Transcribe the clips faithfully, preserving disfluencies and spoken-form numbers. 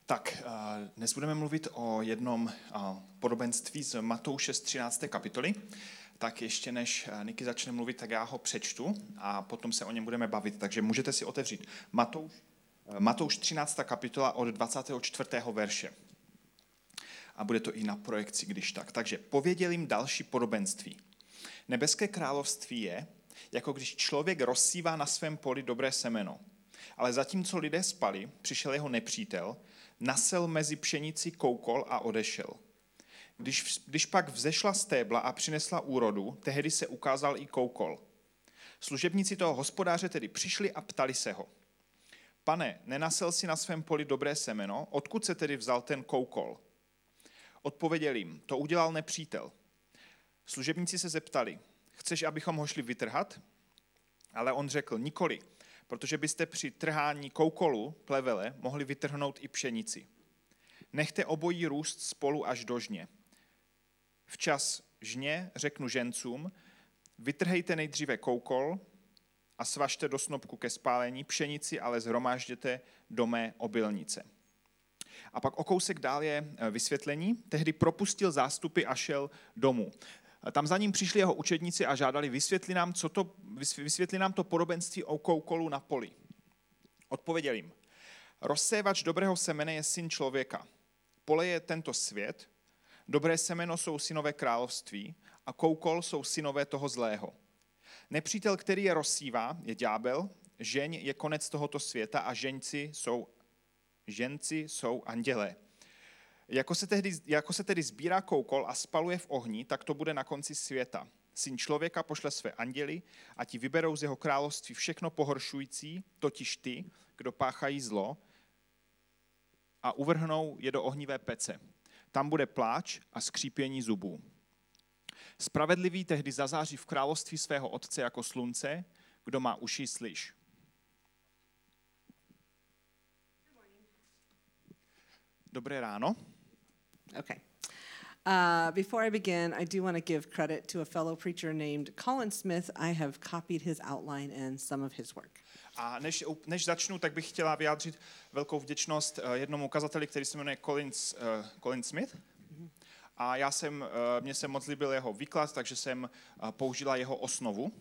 Tak, dnes budeme mluvit o jednom podobenství z Matouše z třinácté kapitoly. Tak ještě než Niky začne mluvit, tak já ho přečtu a potom se o něm budeme bavit. Takže můžete si otevřít Matouš, Matouš třináctá kapitola od dvacátého čtvrtého verše. A bude to i na projekci, když tak. Takže pověděl jim další podobenství. Nebeské království je, jako když člověk rozsívá na svém poli dobré semeno. Ale zatímco lidé spali, přišel jeho nepřítel, nasel mezi pšenici koukol a odešel. Když, když pak vzešla stébla a přinesla úrodu, tehdy se ukázal i koukol. Služebníci toho hospodáře tedy přišli a ptali se ho. Pane, nenasel si na svém poli dobré semeno, odkud se tedy vzal ten koukol? Odpověděl jim, to udělal nepřítel. Služebníci se zeptali, chceš, abychom ho šli vytrhat? Ale on řekl, nikoli, protože byste při trhání koukolu, plevele, mohli vytrhnout i pšenici. Nechte obojí růst spolu až do žně. Včas žně řeknu žencům, vytrhejte nejdříve koukol a svažte do snopku ke spálení, pšenici ale zhromážděte do mé obilnice. A pak o kousek dál je vysvětlení. Tehdy propustil zástupy a šel domů. Tam za ním přišli jeho učedníci a žádali, vysvětli nám, co to, vysvětli nám to podobenství o koukolu na poli. Odpověděl jim, rozsévač dobrého semene je syn člověka. Pole je tento svět, dobré semeno jsou synové království a koukol jsou synové toho zlého. Nepřítel, který je rozsívá, je ďábel, žeň je konec tohoto světa a ženci jsou, ženci jsou andělé. Jako se, tehdy, jako se tedy sbírá koukol a spaluje v ohni, tak to bude na konci světa. Syn člověka pošle své anděly a ti vyberou z jeho království všechno pohoršující, totiž ty, kdo páchají zlo, a uvrhnou je do ohnivé pece. Tam bude pláč a skřípění zubů. Spravedlivý tehdy zazáří v království svého otce jako slunce, kdo má uši, slyš. Dobré ráno. Okay. Uh, before I begin, I do want to give credit to a fellow preacher named Colin Smith. I have copied his outline and some of his work. A než, než začnu, tak bych chtěla vyjádřit velkou vděčnost jednomu ukazateli, který se jmenuje Colin, uh, Colin Smith. Mm-hmm. A já jsem, uh, mně se moc líbil jeho výklad, takže jsem uh, použila jeho osnovu.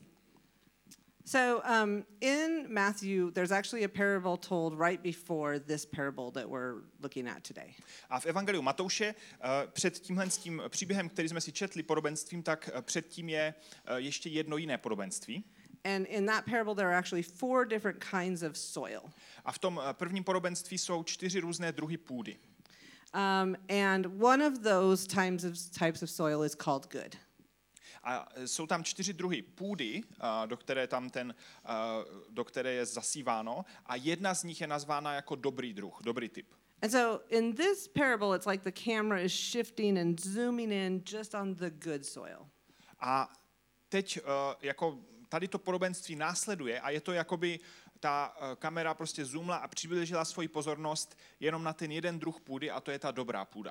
So um, in Matthew, there's actually a parable told right before this parable that we're looking at today. A v Evangeliu Matouše uh, před tímhle s tím příběhem, který jsme si četli podobenstvím, tak uh, předtím je uh, ještě jedno jiné podobenství. And in that parable there are actually four different kinds of soil. A v tom uh, prvním podobenství jsou čtyři různé druhy půdy. Um, and one of those types of, types of soil is called good. A jsou tam čtyři druhy půdy, do které, tam ten, do které je zasíváno, a jedna z nich je nazvána jako dobrý druh, dobrý typ. And so in this parable, it's like the camera is shifting and zooming in just on the good soil. A teď jako tady to podobenství následuje a je to jakoby ta kamera prostě zoomla a přiblížila svoji pozornost jenom na ten jeden druh půdy a to je ta dobrá půda.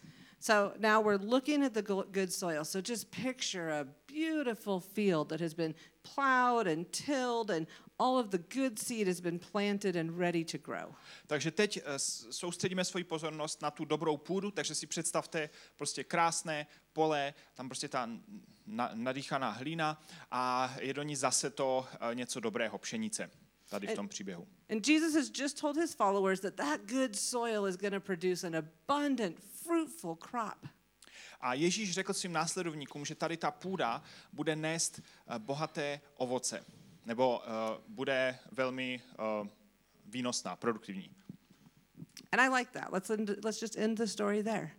So now we're looking at the good soil. So just picture a beautiful field that has been plowed and tilled and all of the good seed has been planted and ready to grow. Takže teď soustředíme svoji pozornost na tu dobrou půdu, takže si představte prostě krásné pole, tam prostě ta nadýchaná hlína a je do ní zase to něco dobrého, pšenice. Tady v tom příběhu. And Jesus has just told his followers that that good soil is going to produce an abundant, fruitful crop. A Ježíš řekl svým následovníkům, že tady ta půda bude nést bohaté ovoce, nebo uh, bude velmi uh, výnosná, produktivní. And I like that. Let's end, let's just end the story there.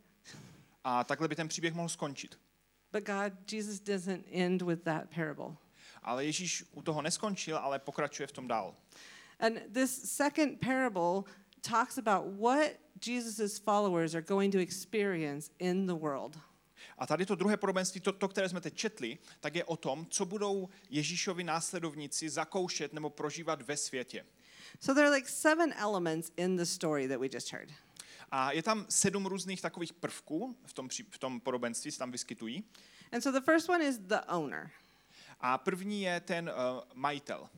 A takhle by ten příběh mohl skončit. But God, Jesus doesn't end with that parable. Ale Ježíš u toho neskončil, ale pokračuje v tom dál. And this second parable talks about what Jesus's followers are going to experience in the world. A tady to druhé podobenství, to, to, které jsme teď četli, tak je o tom, co budou Ježíšovi následovníci zakoušet nebo prožívat ve světě. So there are like seven elements in the story that we just heard. A je tam sedm různých takových prvků v tom, v tom podobenství, se tam vyskytují. And so the first one is the owner. A první je ten uh, majitel.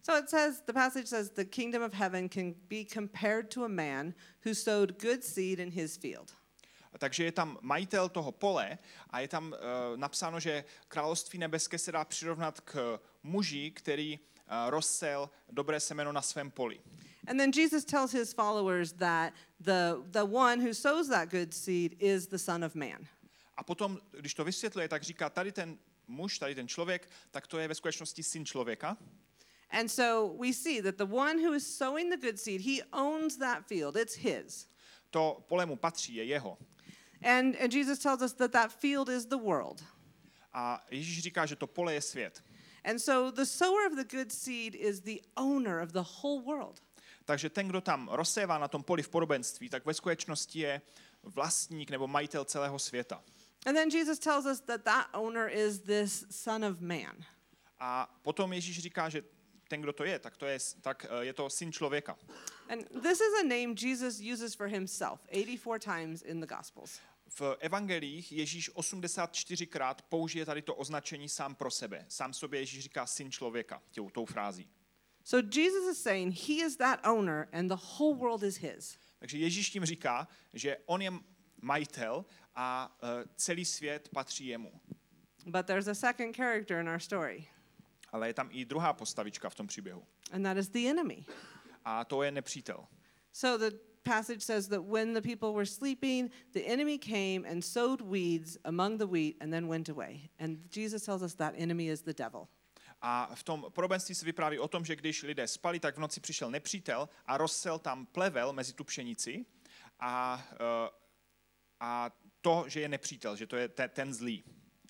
So it says, the passage says, the kingdom of heaven can be compared to a man who sowed good seed in his field. Takže je tam majitel toho pole a je tam uh, napsáno, že království nebeské se dá přirovnat k muži, který uh, rozsel dobré semeno na svém poli. And then Jesus tells his followers that the, the one who sows that good seed is the Son of Man. A potom, když to vysvětluje, tak říká, tady ten muž, tady ten člověk, tak to je ve skutečnosti syn člověka. And so we see that the one who is sowing the good seed, he owns that field. It's his. To pole mu patří, je jeho. And, and Jesus tells us that that field is the world. A Ježíš říká, že to pole je svět. And so the sower of the good seed is the owner of the whole world. Takže ten, kdo tam rozsévá na tom poli v podobenství, tak ve skutečnosti je vlastník nebo majitel celého světa. And then Jesus tells us that that owner is this Son of Man. A potom Ježíš říká, že ten, kdo to je, tak to je, tak je to syn člověka. And this is a name Jesus uses for himself eighty-four times in the Gospels. V evangelích Ježíš osmdesát čtyřikrát použije tady to označení sám pro sebe. Sám sobě Ježíš říká syn člověka tě, tou frází. So Jesus is saying he is that owner and the whole world is his. Takže Ježíš tím říká, že on je majitel a uh, celý svět patří jemu. But there's a second character in our story. Ale je tam i druhá postavička v tom příběhu. And that is the enemy. A to je nepřítel. So the passage says that when the people were sleeping, the enemy came and sowed weeds among the wheat and then went away. And Jesus tells us that enemy is the devil. A v tom podobenství se vypráví o tom, že když lidé spali, tak v noci přišel nepřítel a rozsel tam plevel mezi tu pšenici a, uh, a to, že je nepřítel, že to je ten, ten zlý.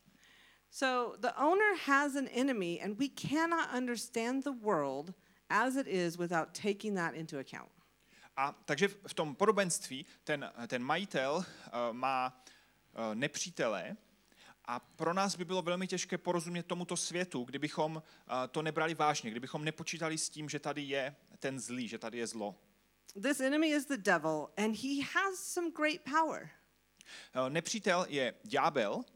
So the owner has an enemy and we cannot understand the world as it is without taking that into account. A takže v tom podobenství ten, ten majitel uh, má uh, nepřítele a pro nás by bylo velmi těžké porozumět tomuto světu, kdybychom uh, to nebrali vážně, kdybychom nepočítali s tím, že tady je ten zlý, že tady je zlo. This enemy is the devil and he has some great power. Uh, nepřítel je ďábel uh,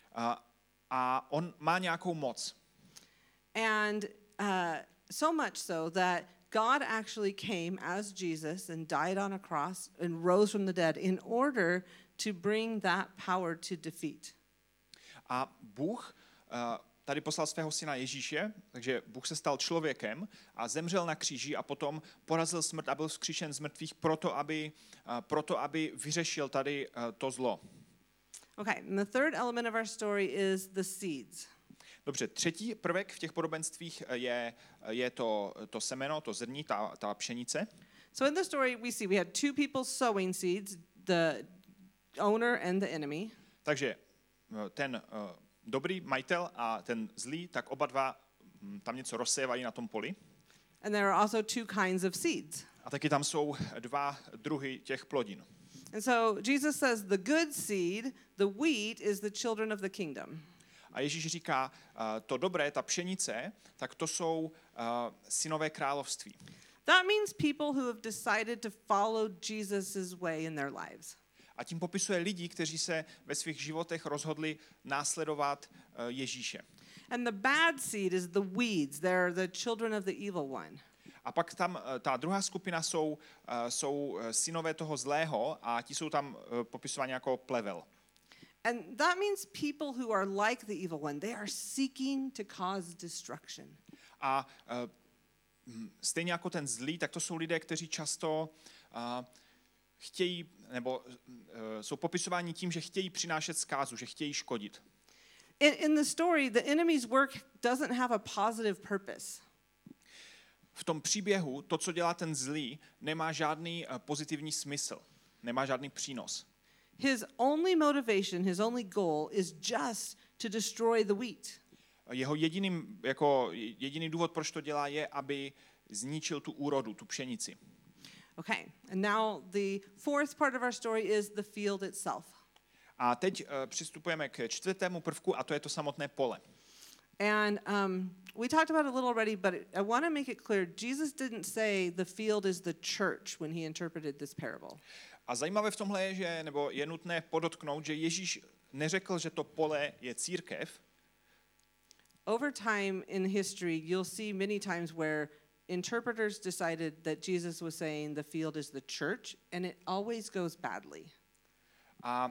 a on má nějakou moc. And uh, so much so that God actually came as Jesus and died on a cross and rose from the dead in order to bring that power to defeat. A Bůh uh, tady poslal svého syna Ježíše, takže Bůh se stal člověkem a zemřel na kříži a potom porazil smrt a byl vzkříšen z mrtvých proto, aby, uh, proto, aby vyřešil tady uh, to zlo. Okay, and the third element of our story is the seeds. Dobře, třetí prvek v těch podobenstvích je, je to, to semeno, to zrní, ta, ta pšenice. So in the story we see we had two people sowing seeds, the owner and the enemy. Takže ten uh, dobrý majitel a ten zlý, tak oba dva hm, tam něco rozsévají na tom poli. And there are also two kinds of seeds. A taky tam jsou dva druhy těch plodin. And so Jesus says the good seed, the wheat, is the children of the kingdom. A Ježíš říká, uh, to dobré, ta pšenice, tak to jsou uh, synové království. That means people who have decided to follow Jesus' way in their lives. A tím popisuje lidi, kteří se ve svých životech rozhodli následovat uh, Ježíše. And the bad seed is the weeds. They're the children of the evil one. A pak tam uh, ta druhá skupina jsou, uh, jsou uh, synové toho zlého a ti jsou tam uh, popisováni jako plevel. And that means people who are like the evil one. They are seeking to cause destruction. A uh, stejně jako ten zlý, tak to jsou lidé, kteří často uh, chtějí, nebo uh, jsou popisováni tím, že chtějí přinášet zkázu, že chtějí škodit. In, in the story, the enemy's work doesn't have a positive purpose. V tom příběhu to, co dělá ten zlý, nemá žádný uh, pozitivní smysl, nemá žádný přínos. His only motivation, his only goal is just to destroy the wheat. Jeho jediným, jako jediný důvod, proč to dělá, je, aby zničil tu úrodu, tu pšenici. Okay, and now the fourth part of our story is the field itself. A teď uh, přistupujeme k čtvrtému prvku, a to je to samotné pole. And um, we talked about it a little already, but I want to make it clear, Jesus didn't say the field is the church when he interpreted this parable. A zajímavé v tomhle je, že, nebo je nutné podotknout, že Ježíš neřekl, že to pole je církev. Over time in history, you'll see many times where interpreters decided that Jesus was saying the field is the church, and it always goes badly. A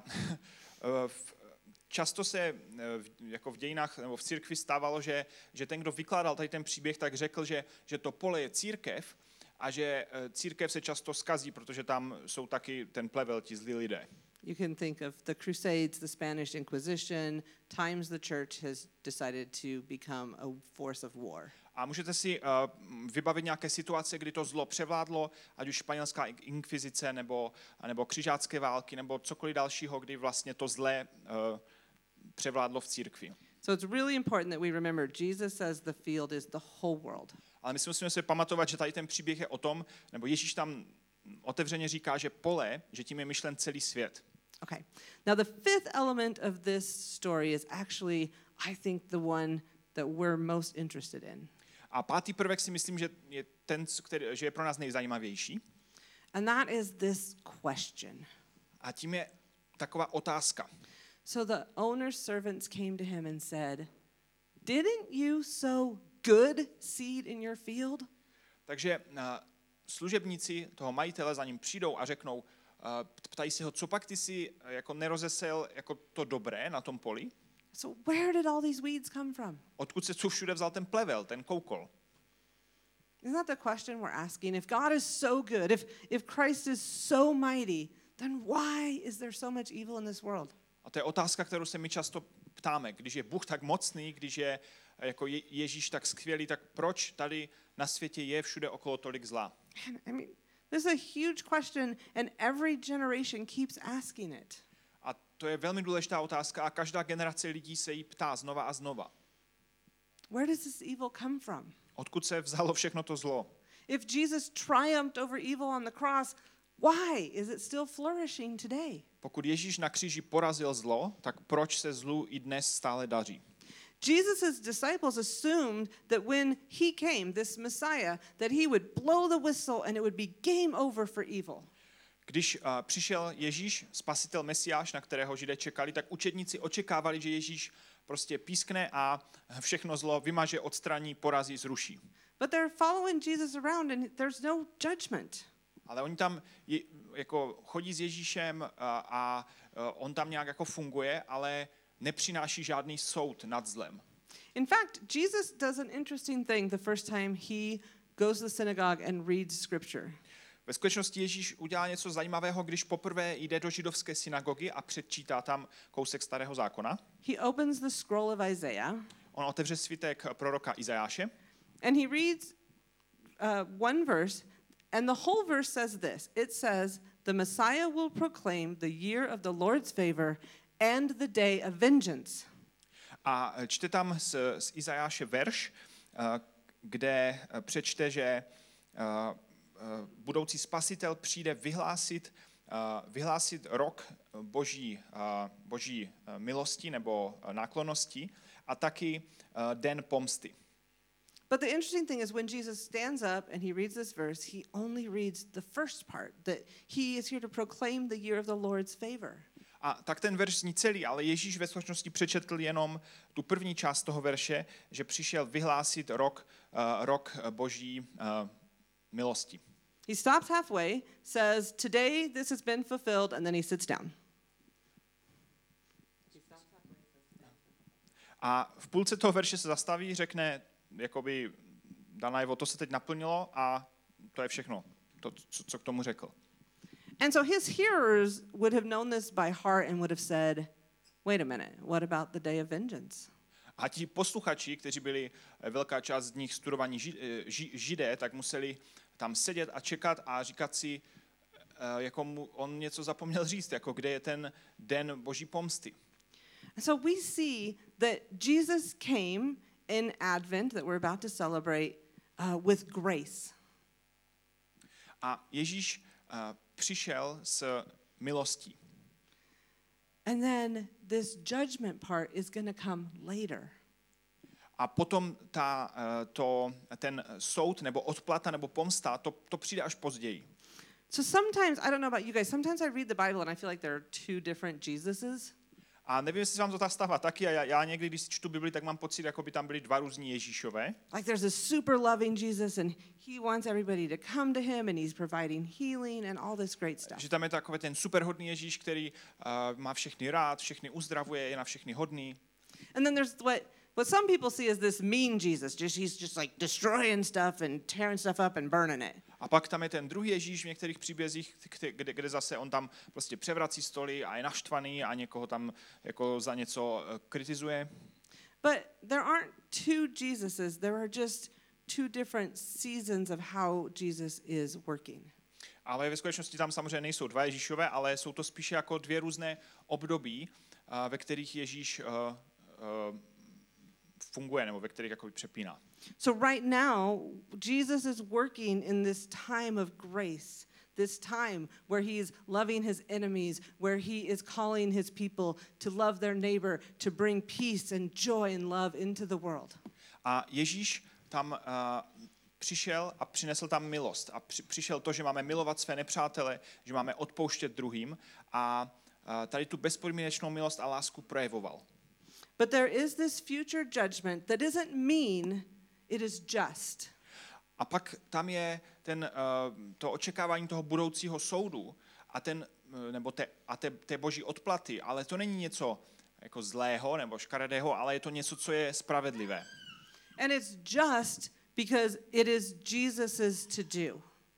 v- často se eh, v- jako v dějinách nebo v církvi stávalo, že, že ten, kdo vykládal tady ten příběh, tak řekl, že, že to pole je církev a že eh, církev se často skazí, protože tam jsou taky ten plevel, ti zlí lidé. You can think of the Crusades, the Spanish Inquisition, times the church has decided to become a force of war. A můžete si uh, vybavit nějaké situace, kdy to zlo převládlo, ať už španělská inkvizice, nebo, nebo křižácké války, nebo cokoliv dalšího, kdy vlastně to zlé uh, převládlo v církvi. So it's really important that we remember Jesus says the field is the whole world. Ale my si musíme si pamatovat, že tady ten příběh je o tom, nebo Ježíš tam otevřeně říká, že pole, že tím je myšlen celý svět. Okay. Now the fifth element of this story is actually, I think, the one that we're most interested in. A pátý prvek si myslím, že je ten, který, že je pro nás nejzajímavější. And that is this question. A tím je taková otázka. So the owner's servants came to him and said, "Didn't you sow good seed in your field?" Takže uh, služebníci toho majitele za ním přijdou a řeknou, uh, ptají se ho, co pak ty si uh, jako nerozesel jako to dobré na tom poli? So where did all these weeds come from? Odkud se tu všude vzal ten plevel, ten koukol? Isn't that the question we're asking? If God is so good, if, if Christ is so mighty, then why is there so much evil in this world? A to je otázka, kterou se my často ptáme. Když je Bůh tak mocný, když je jako Je- Ježíš tak skvělý, tak proč tady na světě je všude okolo tolik zla? And I mean, this is a huge question, and every generation keeps asking it. A to je velmi důležitá otázka a každá generace lidí se jí ptá znova a znova. Where does this evil come from? Odkud se vzalo všechno to zlo? If Jesus triumphed over evil on the cross, why is it still flourishing today? Pokud Ježíš na kříži porazil zlo, tak proč se zlu i dnes stále daří? Jesus' disciples assumed that when he came, this Messiah, that he would blow the whistle and it would be game over for evil. Když uh, přišel Ježíš, spasitel Mesiáš, na kterého Židé čekali, tak učedníci očekávali, že Ježíš prostě pískne a všechno zlo vymaže, odstraní, porazí, zruší. But they're following Jesus around and there's no judgment. Ale oni tam je, jako chodí s Ježíšem a, a on tam nějak jako funguje, ale nepřináší žádný soud nad zlem. In fact, Jesus does an interesting thing the first time he goes to the synagogue and reads scripture. Ve skutečnosti Ježíš udělá něco zajímavého, když poprvé jde do židovské synagogy a předčítá tam kousek starého zákona. He opens the scroll of Isaiah On otevře svitek proroka Izajáše and he reads uh, one verse, and the whole verse says this. It says, "The Messiah will proclaim the year of the Lord's favor and the day of vengeance." a čte tam z, z Izajáše verš, eh, kde přečte, že eh, eh, budoucí spasitel přijde vyhlásit, eh, vyhlásit rok boží, eh, boží eh, milosti nebo eh, náklonnosti a taky eh, den pomsty. But the interesting thing is when Jesus stands up and he reads this verse, he only reads the first part, that he is here to proclaim the year of the Lord's favor. A tak ten verš zní celý, ale Ježíš ve skutečnosti přečetl jenom tu první část toho verše, že přišel vyhlásit rok, uh, rok boží uh, milosti. He stops halfway, says, "Today this has been fulfilled," and then he sits down. A v půlce toho verše se zastaví, řekne, jakoby dá najevo, to se teď naplnilo a to je všechno, to, co, co k tomu řekl. And so his hearers would have known this by heart and would have said, "Wait a minute, what about the day of vengeance?" A ti posluchači, kteří byli eh, velká část z nich studovaní ži, eh, ži, židé, tak museli tam sedět a čekat a říkat si, eh, jako mu on něco zapomněl říct, jako kde je ten den boží pomsty. So we see that Jesus came in Advent that we're about to celebrate uh, with grace. A Ježíš uh, přišel s milostí. And then this judgment part is going to come later. A potom ta, uh, to, ten soud nebo odplata nebo pomsta, to, to přijde až později. So sometimes, I don't know about you guys, sometimes I read the Bible and I feel like there are two different Jesuses. A nevím, jestli se vám to tak stává taky, a já, já někdy, když si čtu Bibli, tak mám pocit, jako by tam byly dva různí Ježíšové. Like there's a super loving Jesus and he wants everybody to come to him and he's providing healing and all this great stuff. Že tam je takový ten superhodný Ježíš, který uh, má všechny rád, všechny uzdravuje, je na všechny hodný. And then there's what what some people see as this mean Jesus, just he's just like destroying stuff and tearing stuff up and burning it. A pak tam je ten druhý Ježíš v některých příbězích, kde, kde zase on tam prostě převrací stoly a je naštvaný a někoho tam jako za něco kritizuje. But there aren't two Jesuses, there are just two different seasons of how Jesus is working. Ale ve skutečnosti tam samozřejmě nejsou dva Ježíšové, ale jsou to spíše jako dvě různé období, ve kterých Ježíš funguje, nebo ve kterých jako přepíná. So right now, Jesus is working in this time of grace, this time where he is loving his enemies, where he is calling his people to love their neighbor, to bring peace and joy and love into the world. A Ježíš tam uh, přišel a přinesl tam milost. A při, přišel to, že máme milovat své nepřátele, že máme odpouštět druhým a uh, tady tu bezpodmínečnou milost a lásku projevoval. But there is this future judgment that doesn't mean it is just. A pak tam je ten, uh, to očekávání toho budoucího soudu a, ten, uh, nebo te, a te, té boží odplaty, ale to není něco jako zlého nebo škaredého, ale je to něco, co je spravedlivé. And it's just because it is Jesus's to do.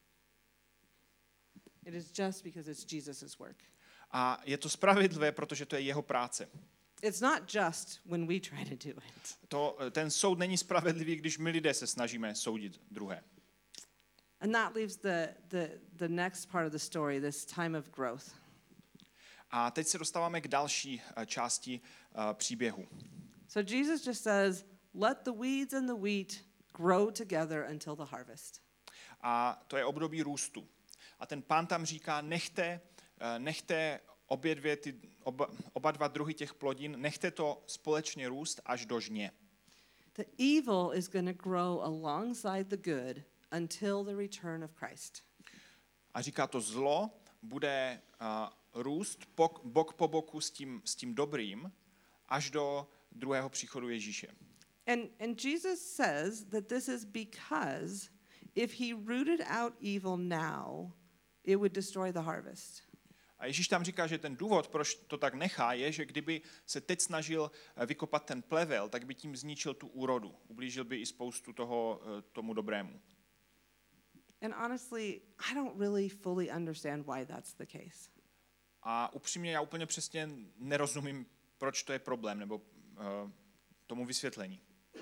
It is just because it's Jesus's work. A je to spravedlivé, protože to je jeho práce. It's not just when we try to do it. To, ten soud není spravedlivý, když my lidé se snažíme soudit druhé. And that leaves the, the, the next part of the story, this time of growth. A teď se dostáváme k další části uh, příběhu. So Jesus just says, let the weeds and the wheat grow together until the harvest. A to je období růstu. A ten pán tam říká, nechte, uh, nechte obě dvě ty, oba, oba dva druhy těch plodin, nechte to společně růst až do žně. The evil is going to grow alongside the good until the return of Christ. A říká to zlo bude uh, růst bok, bok po boku s tím, s tím dobrým až do druhého příchodu Ježíše. And, and Jesus says that this is because if he rooted out evil now, it would destroy the harvest. A Ježíš tam říká, že ten důvod, proč to tak nechá, je, že kdyby se teď snažil vykopat ten plevel, tak by tím zničil tu úrodu. Ublížil by i spoustu toho tomu dobrému. And honestly, I don't really fully understand why that's the case. A upřímně já úplně přesně nerozumím, proč to je problém, nebo uh, tomu vysvětlení.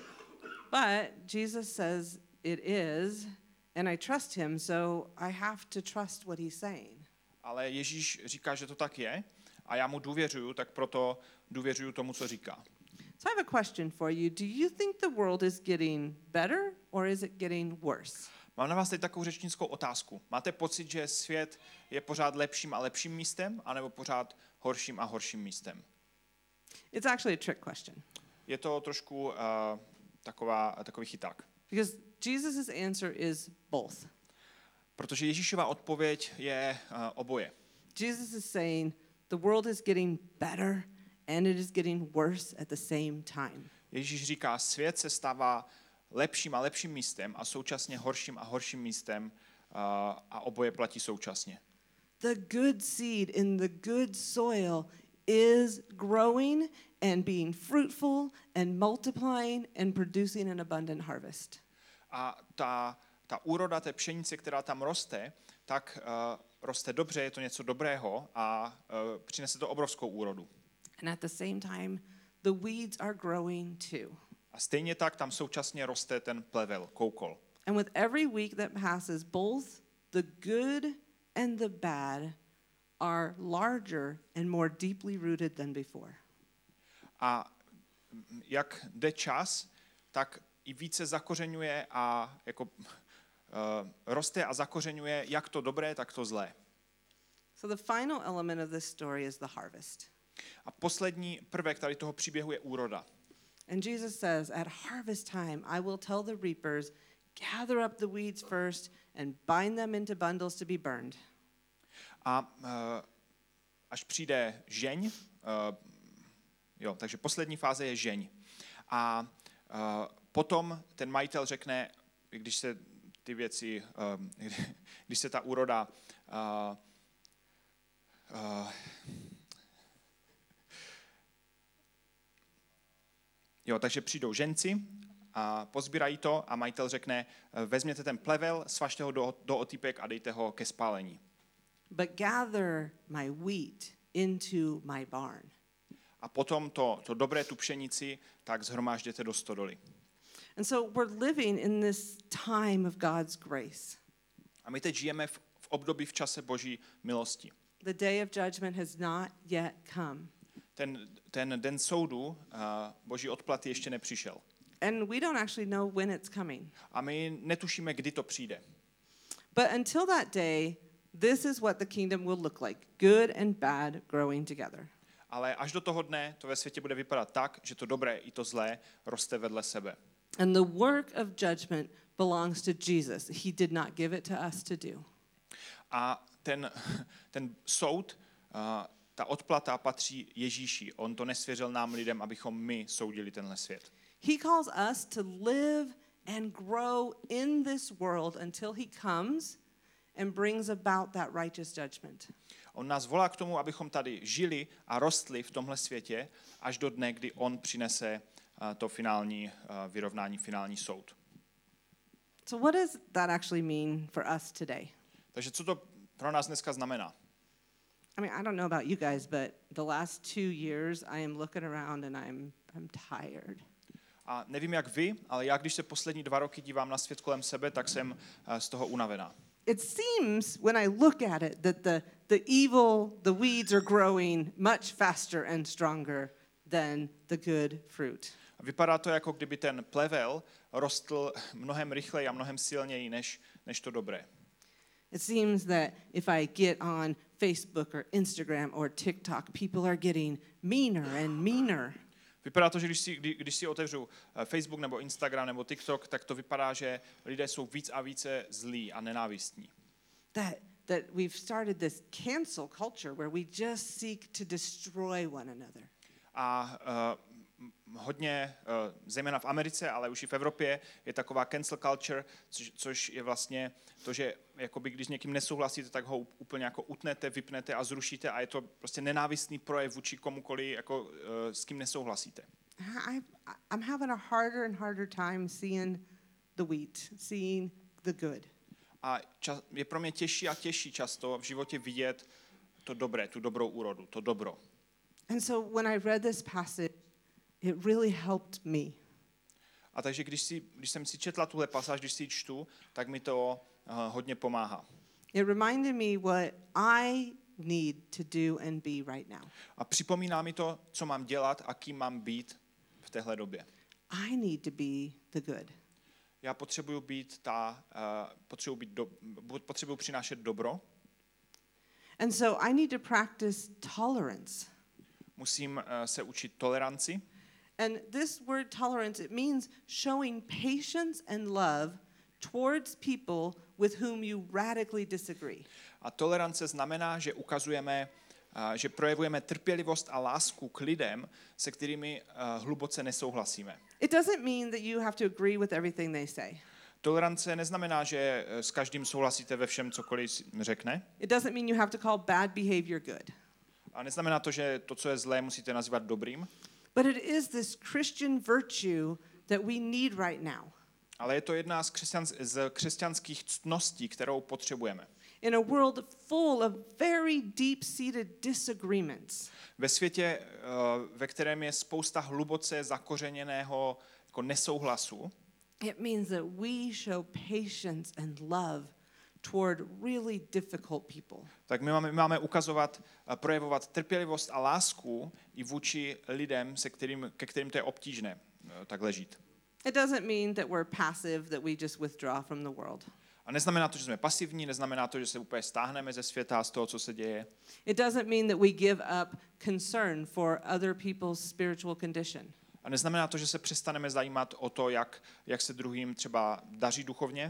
But Jesus says it is, and I trust him, so I have to trust what he's saying. Ale Ježíš říká, že to tak je a já mu důvěřuju, tak proto důvěřuju tomu, co říká. So I have a question for you. Do you think the world is getting better or is it getting worse? Mám na vás teď takovou řečnickou otázku. Máte pocit, že svět je pořád lepším a lepším místem, anebo pořád horším a horším místem? It's actually a trick question. Je to trošku uh, taková, takový chyták. Because Jesus' answer is both. Protože Ježíšova odpověď je uh, oboje. Jesus is saying the world is getting better and it is getting worse at the same time. Ježíš říká, svět se stává lepším a lepším místem a současně horším a horším místem uh, a oboje platí současně. The good seed in the good soil is growing and being fruitful and multiplying and producing an abundant harvest. A ta, ta úroda té pšenice, která tam roste, tak uh, roste dobře, je to něco dobrého a uh, přinese to obrovskou úrodu. And at the same time, the weeds are growing too. A stejně tak tam současně roste ten plevel, koukol. And with every week that passes, both the good and the bad are larger and more deeply rooted than before. A jak jde čas, tak i více zakořeňuje a jako uh, roste a zakořeňuje jak to dobré, tak to zlé. So the final element of this story is the harvest. A poslední prvek tady toho příběhu je úroda. And Jesus says, at harvest time, I will tell the reapers, gather up the weeds first and bind them into bundles to be burned. A uh, až přijde žeň, uh, Jo, takže poslední fáze je žeň. A uh, potom ten majitel řekne, když se ty věci, uh, když se ta úroda uh, uh, jo, takže přijdou ženci a pozbírají to a majitel řekne, vezměte ten plevel, svažte ho do, do otýpek a dejte ho ke spálení. But gather my wheat into my barn. A potom to, to dobré, tu pšenici, tak zhromážděte do stodoly. And so we're living in this time of God's grace. A my teď žijeme v, v období v čase Boží milosti. The day of judgment has not yet come. Ten, ten den soudu, uh, Boží odplaty ještě nepřišel. And we don't actually know when it's coming. A my netušíme, kdy to přijde. But until that day, this is what the kingdom will look like. Good and bad growing together. Ale až do toho dne to ve světě bude vypadat tak, že to dobré i to zlé roste vedle sebe. And the work of judgment belongs to Jesus. He did not give it to us to do. A ten, ten soud, uh, ta odplata patří Ježíši. On to nesvěřil nám lidem, abychom my soudili tenhle svět. He calls us to live and grow in this world until he comes and brings about that righteous judgment. On nás volá k tomu, abychom tady žili a rostli v tomhle světě až do dne, kdy on přinese uh, to finální uh, vyrovnání, finální soud. So what does that actually mean for us today? Takže co to pro nás dneska znamená? I mean, I don't know about you guys, but the last two years I am looking around and I'm I'm tired. A nevím, jak vy, ale já, když se poslední dva roky dívám na svět kolem sebe, tak jsem uh, z toho unavená. It seems when I look at it that the the evil, the weeds are growing much faster and stronger than the good fruit. Vypadá to, jako kdyby ten plevel rostl mnohem rychleji a mnohem silněji než, než to dobré. It seems that if I get on Facebook or Instagram or TikTok, people are getting meaner and meaner. Vypadá to, že když si, kdy, když si otevřu Facebook nebo Instagram nebo TikTok, tak to vypadá, že lidé jsou víc a více zlí a nenávistní. That that we've started this cancel culture where we just seek to destroy one another. A uh, hodně, uh, zejména v Americe, ale už i v Evropě, je taková cancel culture, což, což je vlastně to, že jakoby, když s někým nesouhlasíte, tak ho úplně jako utnete, vypnete a zrušíte a je to prostě nenávistný projev vůči komukoli, jako, uh, s kým nesouhlasíte. I, I'm having a harder and harder time seeing the wheat, seeing the good. A čas, je pro mě těžší a těžší často v životě vidět to dobré, tu dobrou úrodu, to dobro. And so when I read this passage, it really helped me. A takže když, si, když jsem si četla tuhle pasáž, když si ji čtu, tak mi to uh, hodně pomáhá. It reminded me what I need to do and be right now. A připomíná mi to, co mám dělat a kým mám být v téhle době. I need to be the good. Já potřebuju být ta, uh, potřebuju, být do, potřebuju přinášet dobro. And so I need to practice tolerance. Musím uh, se učit toleranci. And this word tolerance, it means showing patience and love towards people with whom you radically disagree. A tolerance znamená, že ukazujeme, uh, že projevujeme trpělivost a lásku k lidem, se kterými uh, hluboce nesouhlasíme. It doesn't mean that you have to agree with everything they say. Tolerance neznamená, že s každým souhlasíte ve všem, cokoliv řekne. It doesn't mean you have to call bad behavior good. A neznamená to, že to, co je zlé, musíte nazývat dobrým. But it is this Christian virtue that we need right now. Ale je to jedna z, křesťan, z křesťanských ctností, kterou potřebujeme. In a world full of very deep-seated disagreements. Ve světě, ve kterém je spousta hluboce zakořeněného jako nesouhlasu, it means that we show patience and love toward really difficult people. Tak my máme, my máme ukazovat, projevovat trpělivost a lásku i vůči lidem, se kterým, ke kterým to je obtížné takhle žít. It doesn't mean that we're passive, that we just withdraw from the world. A neznamená to, že jsme pasivní, neznamená to, že se úplně stáhneme ze světa, z toho, co se děje. It doesn't mean that we give up concern for other people's spiritual condition. A neznamená to, že se přestaneme zajímat o to, jak, jak se druhým třeba daří duchovně.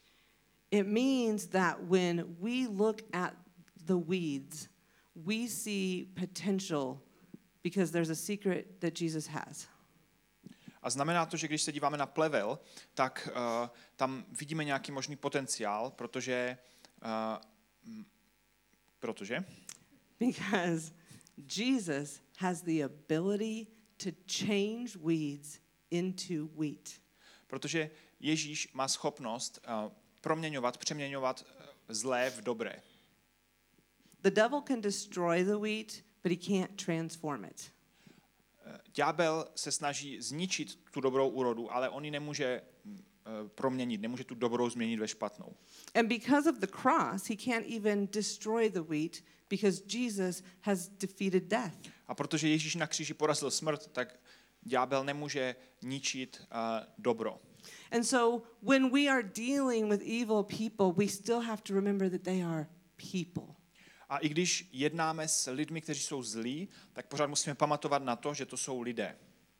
It means that when we look at the weeds, we see potential because there's a secret that Jesus has. A znamená to, že když se díváme na plevel, tak uh, tam vidíme nějaký možný potenciál, protože uh, protože Because Jesus has the ability to change weeds into wheat. protože Ježíš má schopnost uh, proměňovat, přeměňovat uh, zlé v dobré. The devil can destroy the wheat, but he can't transform it. Ďábel se snaží zničit tu dobrou úrodu, ale on ji nemůže uh, proměnit, nemůže tu dobrou změnit ve špatnou. And because of the cross, he can't even destroy the wheat because Jesus has defeated death. A protože Ježíš na kříži porazil smrt, tak ďábel nemůže ničit uh, dobro. And so when we are dealing with evil people, we still have to remember that they are people. A i když jednáme s lidmi, kteří jsou zlí, tak pořád musíme pamatovat na to, že to jsou lidé.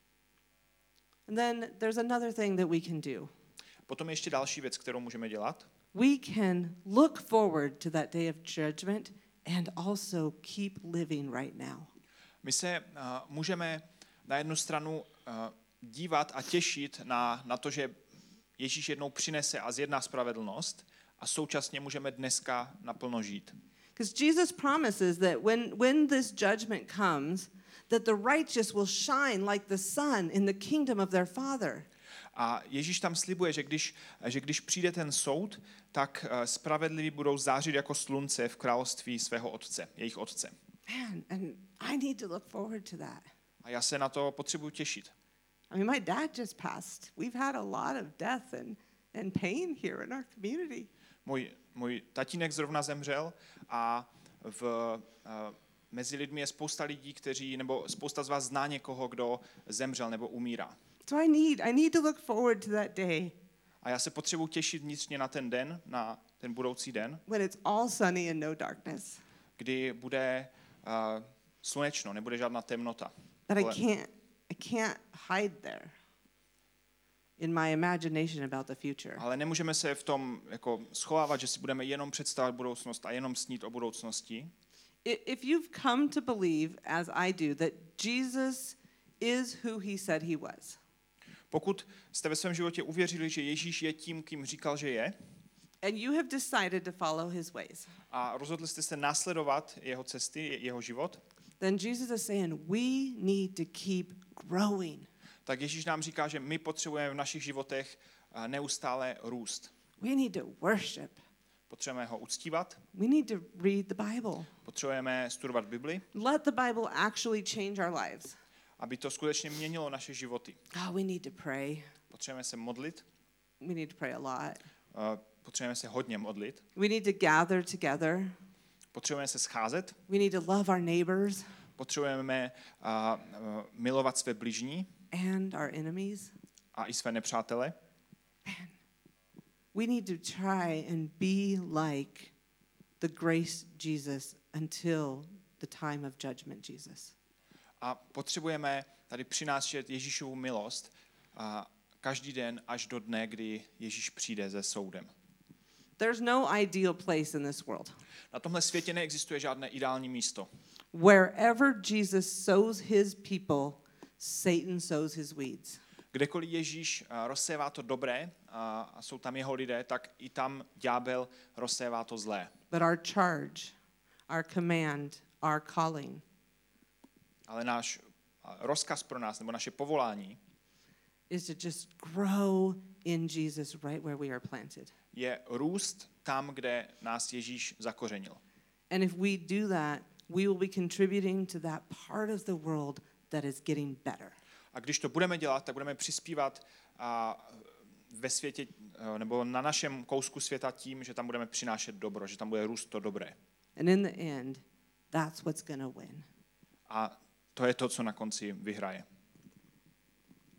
And then there's another thing that we can do. Potom je ještě další věc, kterou můžeme dělat. We can look forward to that day of judgment and also keep living right now. My se uh, můžeme na jednu stranu uh, dívat a těšit na, na to, že Ježíš jednou přinese a zjedná spravedlnost a současně můžeme dneska naplno žít. Because Jesus promises that when, when this judgment comes, that the righteous will shine like the sun in the kingdom of their Father. A Ježíš tam slibuje, že když, že když přijde ten soud, tak uh, spravedliví budou zářit jako slunce v království svého otce, jejich otce. Man, and I need to look forward to that. A já se na to potřebuji těšit. I mean, my dad just passed. We've had a lot of death and, and pain here in our community. Můj, můj tatínek zrovna zemřel a v, uh, mezi lidmi je spousta lidí, kteří, nebo spousta z vás zná někoho, kdo zemřel nebo umírá. So I need, I need to look forward to that day A já se potřebuji těšit vnitřně na ten den, na ten budoucí den, when it's all sunny and no darkness. kdy bude uh, slunečno, nebude žádná temnota. That I Ale- can't, I can't hide there in my imagination about the future. Ale nemůžeme se v tom jako schovávat, že si budeme jenom představovat budoucnost a jenom snít o budoucnosti. I- If you've come to believe, as I do, that Jesus is who he said he was, Pokud jste ve svém životě uvěřili, že Ježíš je tím, kým říkal, že je, and you have decided to follow his ways, a rozhodli jste se následovat jeho cesty, jeho život, then Jesus is saying we need to keep growing. tak Ježíš nám říká, že my potřebujeme v našich životech eh, neustále růst. We need to worship. Potřebujeme ho uctívat, We need to read the Bible. potřebujeme studovat Bibli, Let the Bible actually change our lives. aby to skutečně měnilo naše životy. Oh, we need to pray. Potřebujeme se modlit, We need to pray a lot. eh, potřebujeme se hodně modlit, We need to gather together. potřebujeme se scházet, We need to love our neighbors potřebujeme uh, uh, milovat své bližní and our enemies. a i své nepřátele. We need to try and be like the grace Jesus until the time of judgment Jesus. A potřebujeme tady přinášet Ježíšovu milost a každý den až do dne, kdy Ježíš přijde se soudem. There's no ideal place in this world. Na tomhle světě neexistuje žádné ideální místo. Wherever Jesus sows his people, Satan sows his weeds. Kdekoliv Ježíš a, rozsévá to dobré a, a jsou tam jeho lidé, tak i tam ďábel rozsévá to zlé. But our charge, our command, our calling Ale náš a, rozkaz pro nás, nebo naše povolání, is to just grow in Jesus right where we are planted. je růst tam, kde nás Ježíš zakořenil. And if we do that, we will be contributing to that part of the world that is getting better. A když to budeme dělat, tak budeme přispívat a, ve světě, a, nebo na našem kousku světa tím, že tam budeme přinášet dobro, že tam bude růst to dobré. And in the end, that's what's going to win. A to je to, co na konci vyhraje.